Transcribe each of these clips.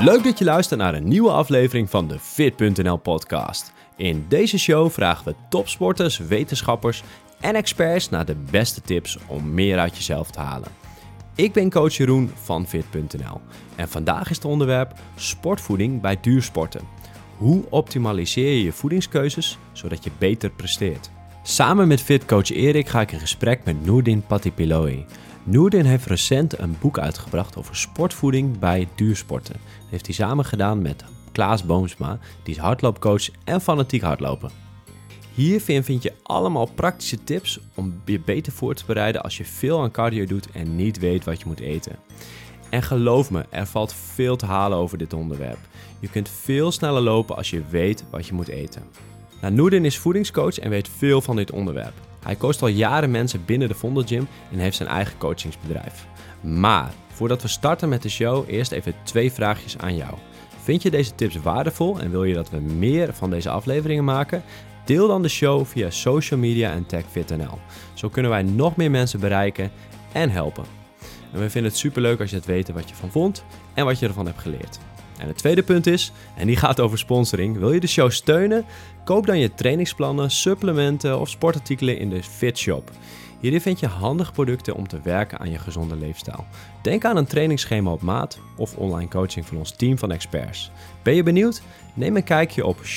Leuk dat je luistert naar een nieuwe aflevering van de Fit.nl podcast. In deze show vragen we topsporters, wetenschappers en experts naar de beste tips om meer uit jezelf te halen. Ik ben coach Jeroen van Fit.nl en vandaag is het onderwerp sportvoeding bij duursporten. Hoe optimaliseer je je voedingskeuzes zodat je beter presteert? Samen met fitcoach Erik ga ik in gesprek met Noordin Patipiloi. Noordin heeft recent een boek uitgebracht over sportvoeding bij duursporten. Dat heeft hij samen gedaan met Klaas Boomsma, die is hardloopcoach en fanatiek hardlopen. Hier vind je allemaal praktische tips om je beter voor te bereiden als je veel aan cardio doet en niet weet wat je moet eten. En geloof me, er valt veel te halen over dit onderwerp. Je kunt veel sneller lopen als je weet wat je moet eten. Noordin is voedingscoach en weet veel van dit onderwerp. Hij coacht al jaren mensen binnen de Vondelgym en heeft zijn eigen coachingsbedrijf. Maar voordat we starten met de show, eerst even 2 vraagjes aan jou. Vind je deze tips waardevol en wil je dat we meer van deze afleveringen maken? Deel dan de show via social media en tag Fit.nl. Zo kunnen wij nog meer mensen bereiken en helpen. En we vinden het superleuk als je het weet wat je ervan vond en wat je ervan hebt geleerd. En het tweede punt is, en die gaat over sponsoring. Wil je de show steunen? Koop dan je trainingsplannen, supplementen of sportartikelen in de Fit Shop. Hierin vind je handige producten om te werken aan je gezonde leefstijl. Denk aan een trainingsschema op maat of online coaching van ons team van experts. Ben je benieuwd? Neem een kijkje op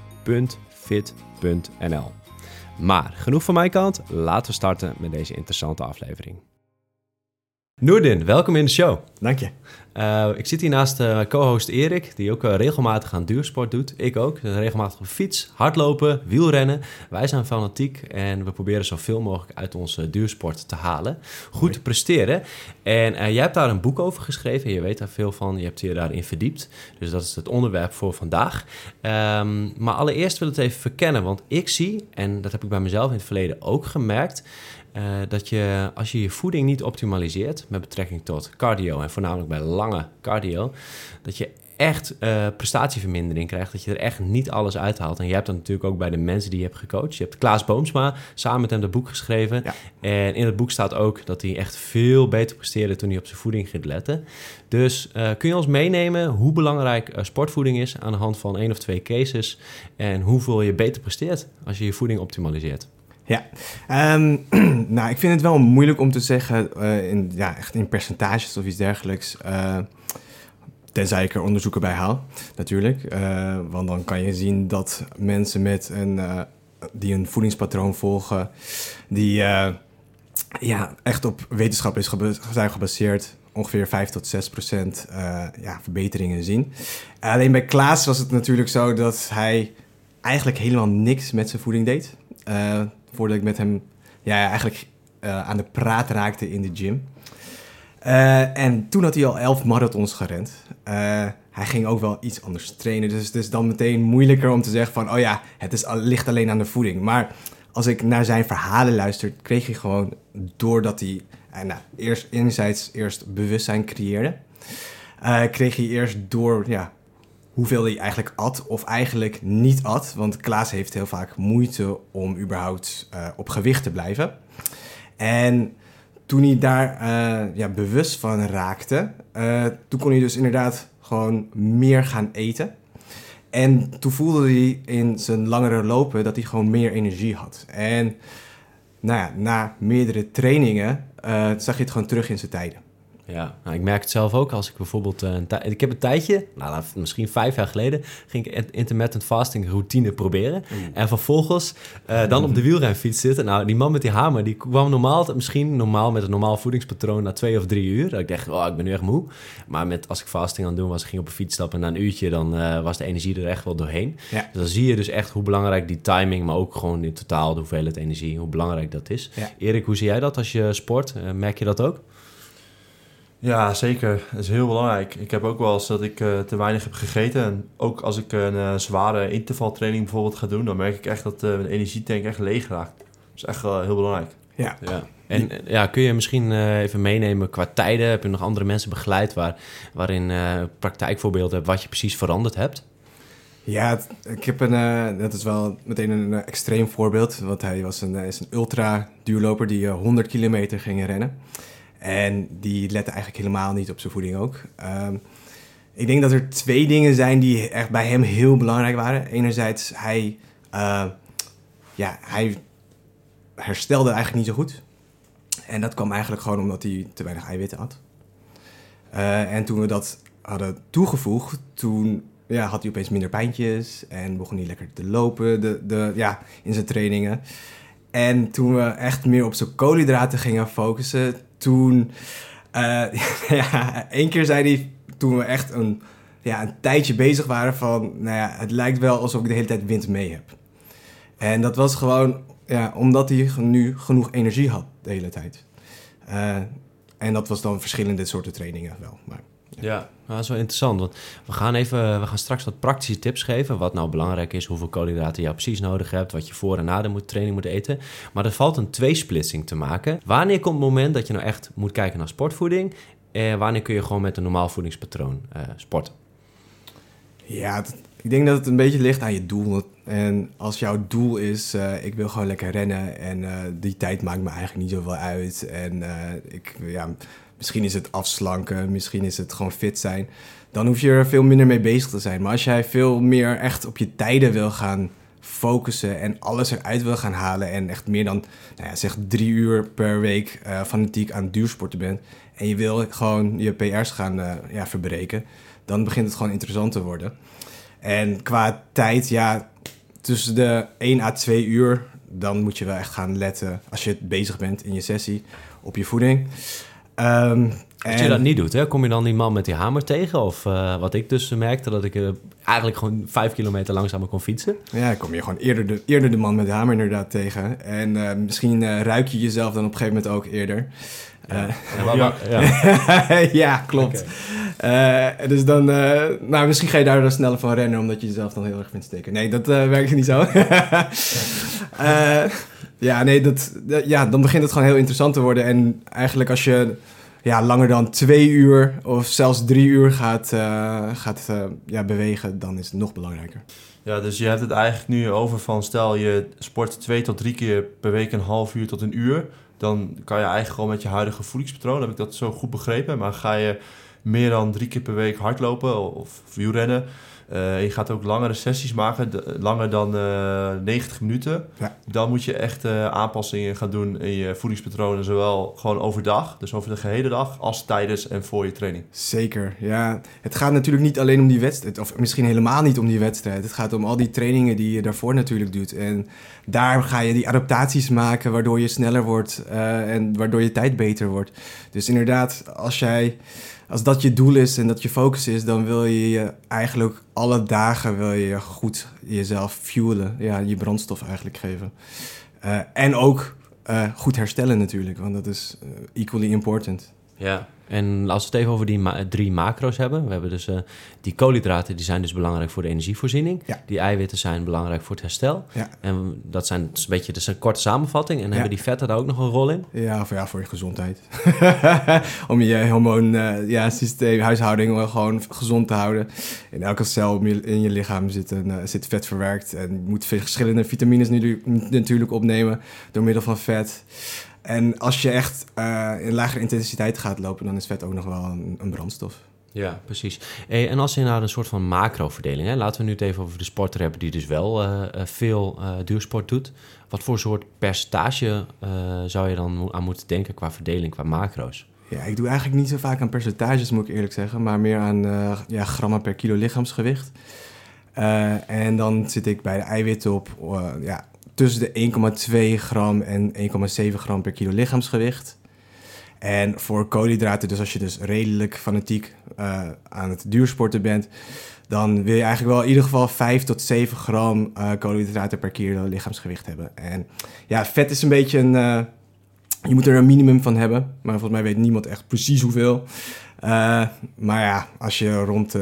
shop.fit.nl. Maar genoeg van mijn kant, laten we starten met deze interessante aflevering. Noordin, welkom in de show. Dank je. Ik zit hier naast mijn co-host Erik, die ook regelmatig aan duursport doet. Ik ook. Regelmatig op fiets, hardlopen, wielrennen. Wij zijn fanatiek en we proberen zoveel mogelijk uit onze duursport te halen. Goed te presteren. En jij hebt daar een boek over geschreven. Je weet daar veel van. Je hebt je daarin verdiept. Dus dat is het onderwerp voor vandaag. Maar allereerst wil ik het even verkennen. Want ik zie, en dat heb ik bij mezelf in het verleden ook gemerkt, dat je, als je je voeding niet optimaliseert met betrekking tot cardio en voornamelijk bij lange cardio, dat je echt prestatievermindering krijgt, dat je er echt niet alles uithaalt. En je hebt dat natuurlijk ook bij de mensen die je hebt gecoacht. Je hebt Klaas Boomsma samen met hem dat boek geschreven. Ja. En in het boek staat ook dat hij echt veel beter presteerde toen hij op zijn voeding ging letten. Dus kun je ons meenemen hoe belangrijk sportvoeding is aan de hand van 1 of 2 cases en hoeveel je beter presteert als je je voeding optimaliseert? Ja, nou, ik vind het wel moeilijk om te zeggen echt in percentages of iets dergelijks. Tenzij ik er onderzoeken bij haal, natuurlijk. Want dan kan je zien dat mensen die een voedingspatroon volgen, die echt op wetenschap zijn gebaseerd, ongeveer 5-6% verbeteringen zien. Alleen bij Klaas was het natuurlijk zo dat hij eigenlijk helemaal niks met zijn voeding deed. Voordat ik met hem aan de praat raakte in de gym. En toen had hij al 11 marathons gerend. Hij ging ook wel iets anders trainen. Dus het is dan meteen moeilijker om te zeggen van, het ligt alleen aan de voeding. Maar als ik naar zijn verhalen luister, kreeg hij gewoon, doordat hij eerst bewustzijn creëerde, kreeg hij eerst door hoeveel hij eigenlijk at of eigenlijk niet at. Want Klaas heeft heel vaak moeite om überhaupt op gewicht te blijven. En toen hij daar bewust van raakte, toen kon hij dus inderdaad gewoon meer gaan eten. En toen voelde hij in zijn langere lopen dat hij gewoon meer energie had. En na meerdere trainingen zag je het gewoon terug in zijn tijden. Ja, ik merk het zelf ook als ik bijvoorbeeld ik heb een tijdje, misschien 5 jaar geleden, ging ik intermittent fasting routine proberen. En vervolgens dan op de wielrenfiets zitten. Nou, die man met die hamer, die kwam normaal met een normaal voedingspatroon na 2 of 3 uur. Dat ik dacht, ik ben nu echt moe. Maar als ik fasting aan het doen was, ging op een fiets stappen en na een uurtje, dan was de energie er echt wel doorheen. Ja. Dus dan zie je dus echt hoe belangrijk die timing, maar ook gewoon in totaal de hoeveelheid energie, hoe belangrijk dat is. Ja. Erik, hoe zie jij dat als je sport? Merk je dat ook? Ja, zeker. Dat is heel belangrijk. Ik heb ook wel eens dat ik te weinig heb gegeten. En ook als ik een zware intervaltraining bijvoorbeeld ga doen, dan merk ik echt dat mijn energietank echt leeg raakt. Dat is echt heel belangrijk. Ja. En kun je misschien even meenemen qua tijden? Heb je nog andere mensen begeleid waarin praktijkvoorbeelden hebt wat je precies veranderd hebt? Ja, ik heb dat is wel meteen een extreem voorbeeld. Want hij is een ultra-duurloper die 100 kilometer ging rennen. En die lette eigenlijk helemaal niet op zijn voeding ook. Ik denk dat er 2 dingen zijn die echt bij hem heel belangrijk waren. Enerzijds, hij herstelde eigenlijk niet zo goed. En dat kwam eigenlijk gewoon omdat hij te weinig eiwitten had. En toen we dat hadden toegevoegd, toen had hij opeens minder pijntjes en begon hij lekker te lopen in zijn trainingen. En toen we echt meer op zijn koolhydraten gingen focussen, toen... 1 keer zei hij, toen we echt een tijdje bezig waren van... het lijkt wel alsof ik de hele tijd wind mee heb. En dat was gewoon omdat hij nu genoeg energie had de hele tijd. En dat was dan verschillende soorten trainingen wel. Maar, ja, dat is wel interessant. Want we gaan straks wat praktische tips geven. Wat nou belangrijk is, hoeveel koolhydraten je precies nodig hebt, wat je voor en na de training moet eten. Maar er valt een tweesplitsing te maken. Wanneer komt het moment dat je nou echt moet kijken naar sportvoeding? En wanneer kun je gewoon met een normaal voedingspatroon sporten? Ja, ik denk dat het een beetje ligt aan je doel. En als jouw doel is, ik wil gewoon lekker rennen en die tijd maakt me eigenlijk niet zoveel uit. En misschien is het afslanken, misschien is het gewoon fit zijn. Dan hoef je er veel minder mee bezig te zijn. Maar als jij veel meer echt op je tijden wil gaan focussen en alles eruit wil gaan halen en echt meer dan, 3 uur per week fanatiek aan het duursporten bent en je wil gewoon je PR's gaan verbreken, dan begint het gewoon interessant te worden. En qua tijd, tussen de 1 à 2 uur, dan moet je wel echt gaan letten, als je bezig bent in je sessie, op je voeding. Als je dat niet doet, hè, kom je dan die man met die hamer tegen? Of wat ik dus merkte, dat ik eigenlijk gewoon 5 kilometer langzamer kon fietsen. Ja, kom je gewoon eerder de man met de hamer inderdaad tegen. En misschien ruik je jezelf dan op een gegeven moment ook eerder. Ja, klopt. Okay. Dus dan, misschien ga je daar dan sneller van rennen, omdat je jezelf dan heel erg vindt steken. Nee, dat werkt niet zo. Dan begint het gewoon heel interessant te worden. En eigenlijk als je langer dan 2 uur of zelfs 3 uur gaat bewegen, dan is het nog belangrijker. Ja, dus je hebt het eigenlijk nu over van, stel je sport 2 tot 3 keer per week een half uur tot een uur. Dan kan je eigenlijk gewoon met je huidige voedingspatroon, heb ik dat zo goed begrepen. Maar ga je meer dan 3 keer per week hardlopen of wielrennen, je gaat ook langere sessies maken, langer dan 90 minuten. Ja. Dan moet je echt aanpassingen gaan doen in je voedingspatronen, zowel gewoon overdag, dus over de gehele dag, als tijdens en voor je training. Zeker, ja. Het gaat natuurlijk niet alleen om die wedstrijd, of misschien helemaal niet om die wedstrijd. Het gaat om al die trainingen die je daarvoor natuurlijk doet. En daar ga je die adaptaties maken, waardoor je sneller wordt en waardoor je tijd beter wordt. Dus inderdaad, als dat je doel is en dat je focus is, dan wil je eigenlijk alle dagen goed jezelf fuelen. Ja, je brandstof eigenlijk geven. En ook goed herstellen natuurlijk, want dat is equally important. Ja, en als we het even over die 3 macro's hebben. We hebben dus die koolhydraten, die zijn dus belangrijk voor de energievoorziening. Ja. Die eiwitten zijn belangrijk voor het herstel. Ja. En dat zijn dus een korte samenvatting. En hebben die vetten daar ook nog een rol in? Ja, voor je gezondheid. Om je hormoonsysteem, huishouding gewoon gezond te houden. In elke cel in je lichaam zit vet verwerkt. En je moet verschillende vitamines natuurlijk opnemen door middel van vet. En als je echt in lagere intensiteit gaat lopen, dan is vet ook nog wel een brandstof. Ja, precies. En als je nou een soort van macroverdeling, hè? Laten we nu het even over de sporter hebben die dus wel veel duursport doet. Wat voor soort percentage zou je dan aan moeten denken qua verdeling, qua macro's? Ja, ik doe eigenlijk niet zo vaak aan percentages, moet ik eerlijk zeggen, maar meer aan grammen per kilo lichaamsgewicht. En dan zit ik bij de eiwitten op tussen de 1,2 gram en 1,7 gram per kilo lichaamsgewicht. En voor koolhydraten, dus als je dus redelijk fanatiek aan het duursporten bent, dan wil je eigenlijk wel in ieder geval 5 tot 7 gram koolhydraten per kilo lichaamsgewicht hebben. En vet is een beetje je moet er een minimum van hebben, maar volgens mij weet niemand echt precies hoeveel. Maar als je rond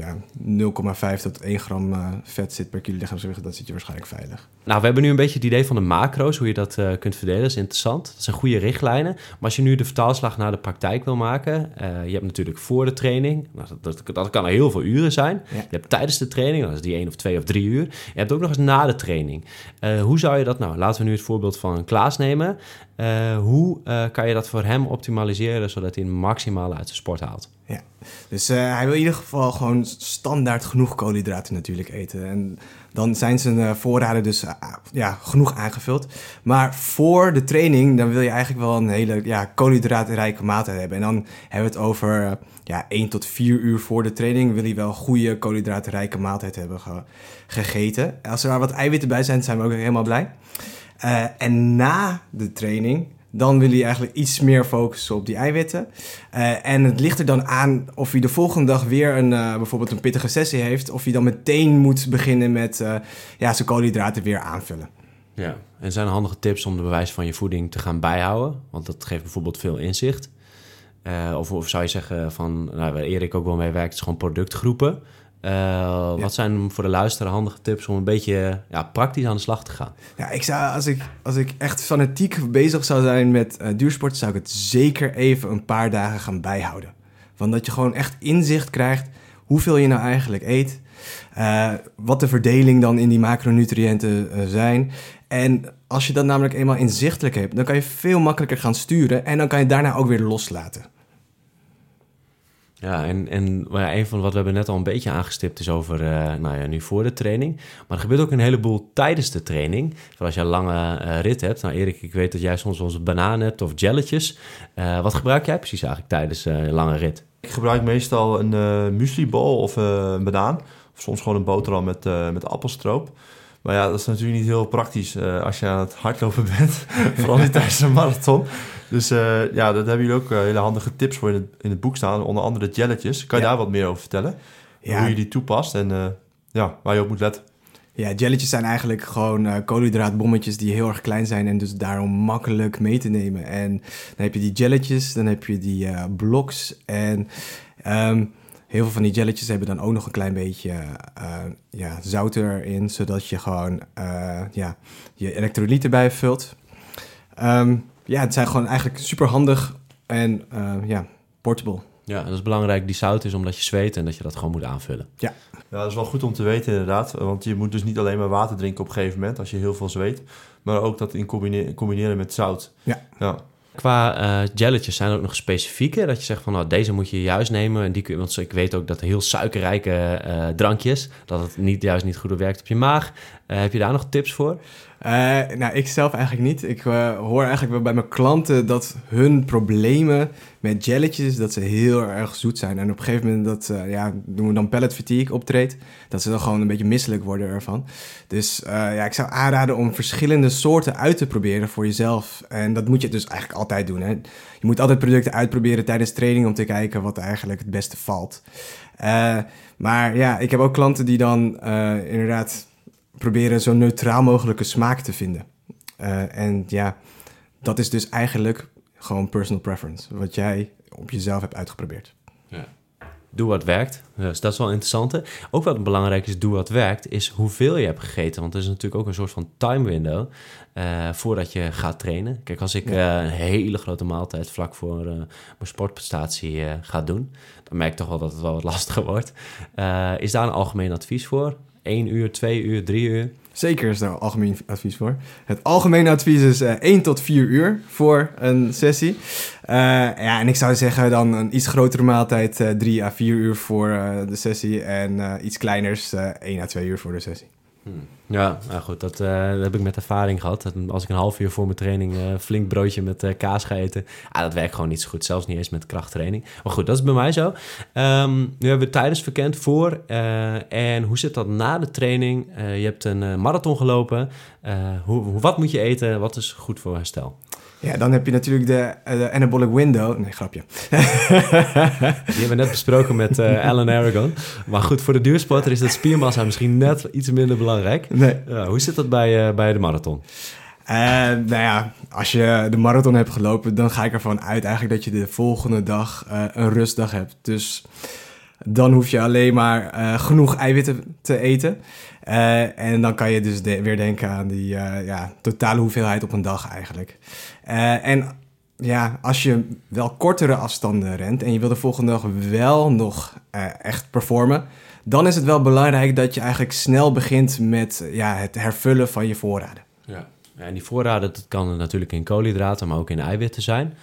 0,5 tot 1 gram vet zit per kilo lichaamsgewicht, dan zit je waarschijnlijk veilig. Nou, we hebben nu een beetje het idee van de macro's, hoe je dat kunt verdelen. Dat is interessant. Dat zijn goede richtlijnen. Maar als je nu de vertaalslag naar de praktijk wil maken, je hebt natuurlijk voor de training, dat kan er heel veel uren zijn. Ja. Je hebt tijdens de training, dat is die 1 of 2 of 3 uur. Je hebt ook nog eens na de training. Hoe zou je dat nou? Laten we nu het voorbeeld van Klaas nemen. Hoe kan je dat voor hem optimaliseren, zodat hij het maximaal uit de sport haalt? Ja, dus hij wil in ieder geval gewoon standaard genoeg koolhydraten natuurlijk eten. En dan zijn zijn voorraden dus genoeg aangevuld. Maar voor de training, dan wil je eigenlijk wel een hele koolhydraatrijke maaltijd hebben. En dan hebben we het over 1 tot 4 uur voor de training wil hij wel een goede koolhydraatrijke maaltijd hebben gegeten. Als er maar wat eiwitten bij zijn we ook helemaal blij. En na de training, dan wil hij eigenlijk iets meer focussen op die eiwitten. En het ligt er dan aan of hij de volgende dag weer bijvoorbeeld een pittige sessie heeft, of hij dan meteen moet beginnen met zijn koolhydraten weer aanvullen. Ja, en zijn er handige tips om de bewijs van je voeding te gaan bijhouden? Want dat geeft bijvoorbeeld veel inzicht. Of zou je zeggen van, waar Erik ook wel mee werkt, is gewoon productgroepen. Wat zijn voor de luisteraar handige tips om een beetje praktisch aan de slag te gaan? Ja, ik zou, als ik echt fanatiek bezig zou zijn met duursport, zou ik het zeker even een paar dagen gaan bijhouden. Want dat je gewoon echt inzicht krijgt hoeveel je nou eigenlijk eet, wat de verdeling dan in die macronutriënten zijn. En als je dat namelijk eenmaal inzichtelijk hebt, dan kan je veel makkelijker gaan sturen en dan kan je daarna ook weer loslaten. Ja, en een van wat we hebben net al een beetje aangestipt is over, nu voor de training. Maar er gebeurt ook een heleboel tijdens de training. Als je een lange rit hebt. Nou Erik, ik weet dat jij soms wel eens bananen hebt of jelletjes. Wat gebruik jij precies eigenlijk tijdens een lange rit? Ik gebruik meestal een mueslibol of een banaan. Of soms gewoon een boterham met appelstroop. Maar ja, dat is natuurlijk niet heel praktisch als je aan het hardlopen bent. Vooral niet tijdens een marathon. Dus daar hebben jullie ook hele handige tips voor in het boek staan. Onder andere de jelletjes. Kan je daar wat meer over vertellen? Ja. Hoe je die toepast en waar je op moet letten? Ja, jelletjes zijn eigenlijk gewoon koolhydraatbommetjes die heel erg klein zijn en dus daarom makkelijk mee te nemen. En dan heb je die jelletjes, dan heb je die bloks en heel veel van die jelletjes hebben dan ook nog een klein beetje zout erin, zodat je gewoon je elektrolyten bijvult. Het zijn gewoon eigenlijk super handig en portable. Ja, en dat is belangrijk, die zout is omdat je zweet en dat je dat gewoon moet aanvullen. Ja, dat is wel goed om te weten inderdaad. Want je moet dus niet alleen maar water drinken op een gegeven moment als je heel veel zweet. Maar ook dat in combineren met zout. Ja. Qua jelletjes zijn er ook nog specifieke. Dat je zegt van deze moet je juist nemen. En want ik weet ook dat heel suikerrijke drankjes, dat het juist niet goed werkt op je maag. Heb je daar nog tips voor? Ik zelf eigenlijk niet. Ik hoor eigenlijk wel bij mijn klanten dat hun problemen met jelletjes, dat ze heel erg zoet zijn. En op een gegeven moment dat, doen we dan palate fatigue optreedt, dat ze dan gewoon een beetje misselijk worden ervan. Dus ik zou aanraden om verschillende soorten uit te proberen voor jezelf. En dat moet je dus eigenlijk altijd doen. Hè? Je moet altijd producten uitproberen tijdens training om te kijken wat eigenlijk het beste valt. Maar ik heb ook klanten die dan inderdaad proberen zo neutraal mogelijke smaak te vinden. Dat is dus eigenlijk gewoon personal preference. Wat jij op jezelf hebt uitgeprobeerd. Ja. Doe wat werkt. Dus dat is wel interessant. Ook wat belangrijk is, doe wat werkt, is hoeveel je hebt gegeten. Want er is natuurlijk ook een soort van time window voordat je gaat trainen. Kijk, als ik een hele grote maaltijd vlak voor mijn sportprestatie ga doen, dan merk ik toch wel dat het wel wat lastiger wordt. Is daar een algemeen advies voor? 1 uur, 2 uur, 3 uur? Zeker is daar algemeen advies voor. Het algemene advies is 1 tot 4 uur voor een sessie. En ik zou zeggen dan een iets grotere maaltijd 3 à 4 uur voor de sessie. En iets kleiners 1 à 2 uur voor de sessie. Ja, nou goed, dat heb ik met ervaring gehad. Als ik een half uur voor mijn training flink broodje met kaas ga eten, dat werkt gewoon niet zo goed. Zelfs niet eens met krachttraining. Maar goed, dat is bij mij zo. Nu hebben we tijdens verkend voor. En hoe zit dat na de training? Je hebt een marathon gelopen. Wat moet je eten? Wat is goed voor herstel? Ja, dan heb je natuurlijk de anabolic window. Nee, grapje. Die hebben we net besproken met Alan Aragon. Maar goed, voor de duursporter is dat spiermassa misschien net iets minder belangrijk. Nee. Hoe zit dat bij de marathon? Als je de marathon hebt gelopen, dan ga ik ervan uit eigenlijk dat je de volgende dag een rustdag hebt. Dus dan hoef je alleen maar genoeg eiwitten te eten. En dan kan je dus weer denken aan die totale hoeveelheid op een dag eigenlijk. Als je wel kortere afstanden rent en je wil de volgende dag wel nog echt performen, dan is het wel belangrijk dat je eigenlijk snel begint met het hervullen van je voorraden. Ja. Ja, en die voorraden, dat kan natuurlijk in koolhydraten, maar ook in eiwitten zijn.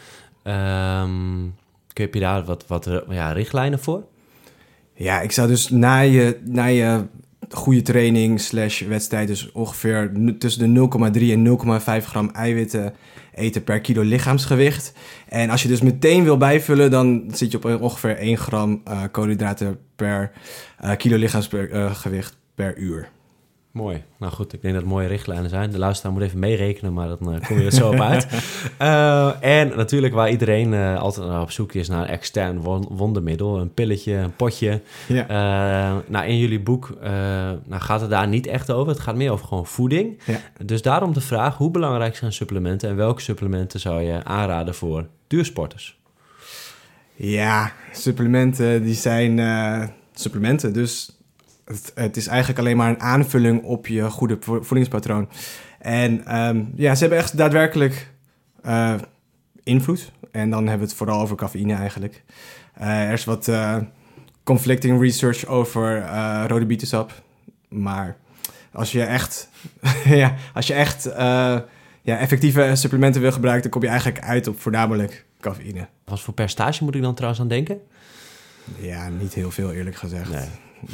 Heb je daar wat richtlijnen voor? Ja, ik zou dus na je goede training / wedstrijd... dus ongeveer tussen de 0,3 en 0,5 gram eiwitten eten per kilo lichaamsgewicht. En als je dus meteen wil bijvullen, dan zit je op ongeveer 1 gram koolhydraten per kilo lichaamsgewicht per uur. Mooi. Nou goed, ik denk dat het mooie richtlijnen zijn. De luisteraar moet even meerekenen, maar dan kom je er zo op uit. En natuurlijk waar iedereen altijd op zoek is naar een extern wondermiddel. Een pilletje, een potje. Ja. In jullie boek gaat het daar niet echt over. Het gaat meer over gewoon voeding. Ja. Dus daarom de vraag, hoe belangrijk zijn supplementen... en welke supplementen zou je aanraden voor duursporters? Ja, supplementen die zijn supplementen, dus... Het is eigenlijk alleen maar een aanvulling op je goede voedingspatroon. En ze hebben echt daadwerkelijk invloed. En dan hebben we het vooral over cafeïne eigenlijk. Er is wat conflicting research over rode bietensap. Maar als je echt effectieve supplementen wil gebruiken... dan kom je eigenlijk uit op voornamelijk cafeïne. Wat voor percentage moet ik dan trouwens aan denken? Ja, niet heel veel eerlijk gezegd. Nee.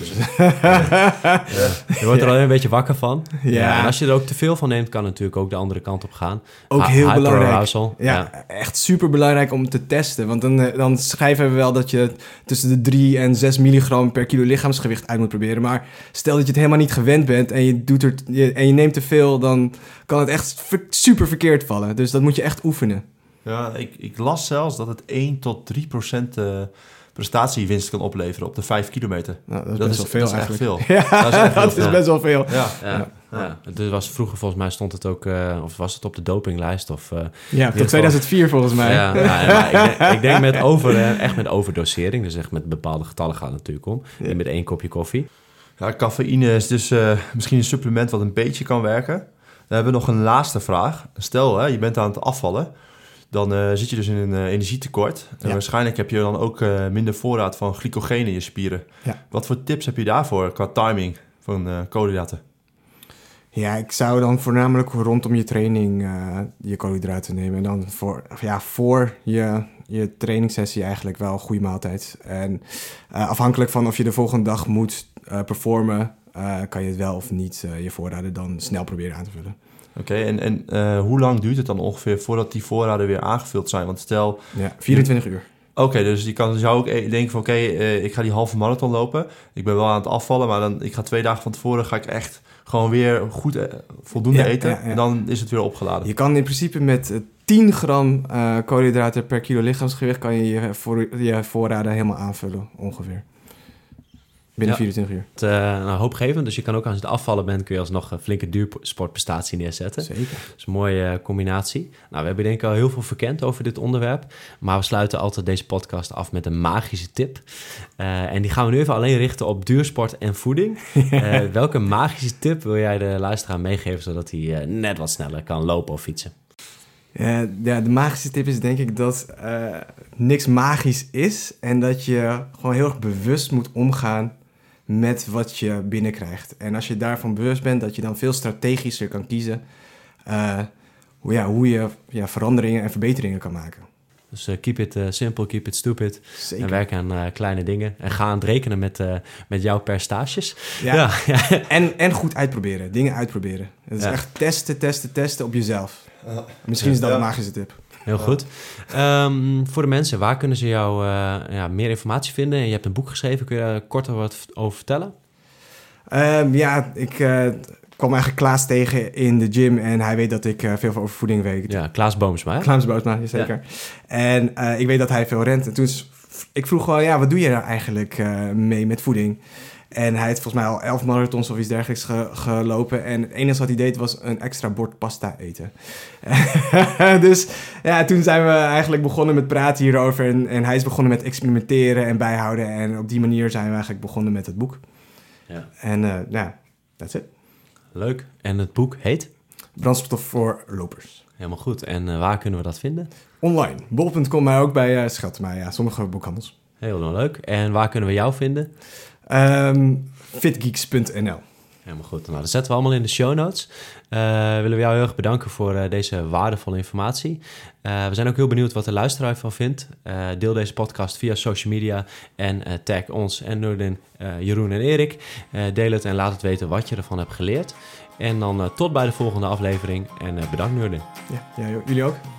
Je wordt er al een beetje wakker van. Ja. En als je er ook te veel van neemt, kan het natuurlijk ook de andere kant op gaan. Ook heel belangrijk. Ja, echt super belangrijk om te testen. Want dan schrijven we wel dat je tussen de 3 en 6 milligram per kilo lichaamsgewicht uit moet proberen. Maar stel dat je het helemaal niet gewend bent en je neemt te veel, dan kan het echt super verkeerd vallen. Dus dat moet je echt oefenen. Ja, ik las zelfs dat het 1 tot 3% prestatiewinst kan opleveren op de 5 kilometer. Nou, dat is best wel veel eigenlijk. Echt veel. Ja, dat is best wel veel. Ja. Het was vroeger volgens mij stond het ook, of was het op de dopinglijst? Tot 2004 volgens mij. Maar ik denk met overdosering, dus echt met bepaalde getallen gaat het natuurlijk om. Ja. Niet met 1 kopje koffie. Ja, cafeïne is dus misschien een supplement wat een beetje kan werken. Dan hebben we nog een laatste vraag. Stel, je bent aan het afvallen. Dan zit je dus in een energietekort. En waarschijnlijk heb je dan ook minder voorraad van glycogeen in je spieren. Ja. Wat voor tips heb je daarvoor qua timing van koolhydraten? Ja, ik zou dan voornamelijk rondom je training je koolhydraten nemen. En dan voor je trainingssessie eigenlijk wel een goede maaltijd. En afhankelijk van of je de volgende dag moet performen... kan je het wel of niet je voorraden dan snel proberen aan te vullen. Oké, en hoe lang duurt het dan ongeveer voordat die voorraden weer aangevuld zijn? Want stel... Ja, 24 uur. Oké, dus je zou ook denken van ik ga die halve marathon lopen. Ik ben wel aan het afvallen, maar ik ga 2 dagen van tevoren ga ik echt gewoon weer goed voldoende eten. Ja. En dan is het weer opgeladen. Je kan in principe met 10 gram koolhydraten per kilo lichaamsgewicht... kan je je voorraden helemaal aanvullen, ongeveer. Binnen 24 uur. Hoopgevend. Dus je kan ook als je het afvallen bent... kun je alsnog een flinke duursportprestatie neerzetten. Zeker. Dat is een mooie combinatie. Nou, we hebben denk ik al heel veel verkend over dit onderwerp. Maar we sluiten altijd deze podcast af met een magische tip. En die gaan we nu even alleen richten op duursport en voeding. Welke magische tip wil jij de luisteraar meegeven... zodat hij net wat sneller kan lopen of fietsen? De magische tip is denk ik dat niks magisch is... en dat je gewoon heel erg bewust moet omgaan... met wat je binnenkrijgt. En als je daarvan bewust bent, dat je dan veel strategischer kan kiezen... hoe je veranderingen en verbeteringen kan maken. Dus keep it simple, keep it stupid. Zeker. En werk aan kleine dingen. En ga aan het rekenen met jouw percentages. Ja. En goed uitproberen. Dingen uitproberen. Het is echt testen op jezelf. Misschien is dat een magische tip. Heel goed. Voor de mensen, waar kunnen ze jou meer informatie vinden? Je hebt een boek geschreven, kun je daar kort wat over vertellen? Ik kwam eigenlijk Klaas tegen in de gym en hij weet dat ik veel over voeding weet. Ja, Klaas Boomsma, hè? Klaas Boomsma, zeker. Ja. En ik weet dat hij veel rent. En toen ik vroeg gewoon, wat doe je nou eigenlijk mee met voeding? En hij heeft volgens mij al 11 marathons of iets dergelijks gelopen. En het enige wat hij deed was een extra bord pasta eten. Dus toen zijn we eigenlijk begonnen met praten hierover. En hij is begonnen met experimenteren en bijhouden. En op die manier zijn we eigenlijk begonnen met het boek. Ja. En that's it. Leuk. En het boek heet? Brandstof voor lopers. Helemaal goed. En waar kunnen we dat vinden? Online. Bol.com, maar ook bij Schat. Maar sommige boekhandels. Heel leuk. En waar kunnen we jou vinden? Fitgeeks.nl. Helemaal goed. Nou, dat zetten we allemaal in de show notes. Willen we jou heel erg bedanken voor deze waardevolle informatie. We zijn ook heel benieuwd wat de luisteraar van vindt. Deel deze podcast via social media en tag ons en Noordin, Jeroen en Erik. Deel het en laat het weten wat je ervan hebt geleerd. En dan tot bij de volgende aflevering en bedankt Noordin. Ja, jullie ook.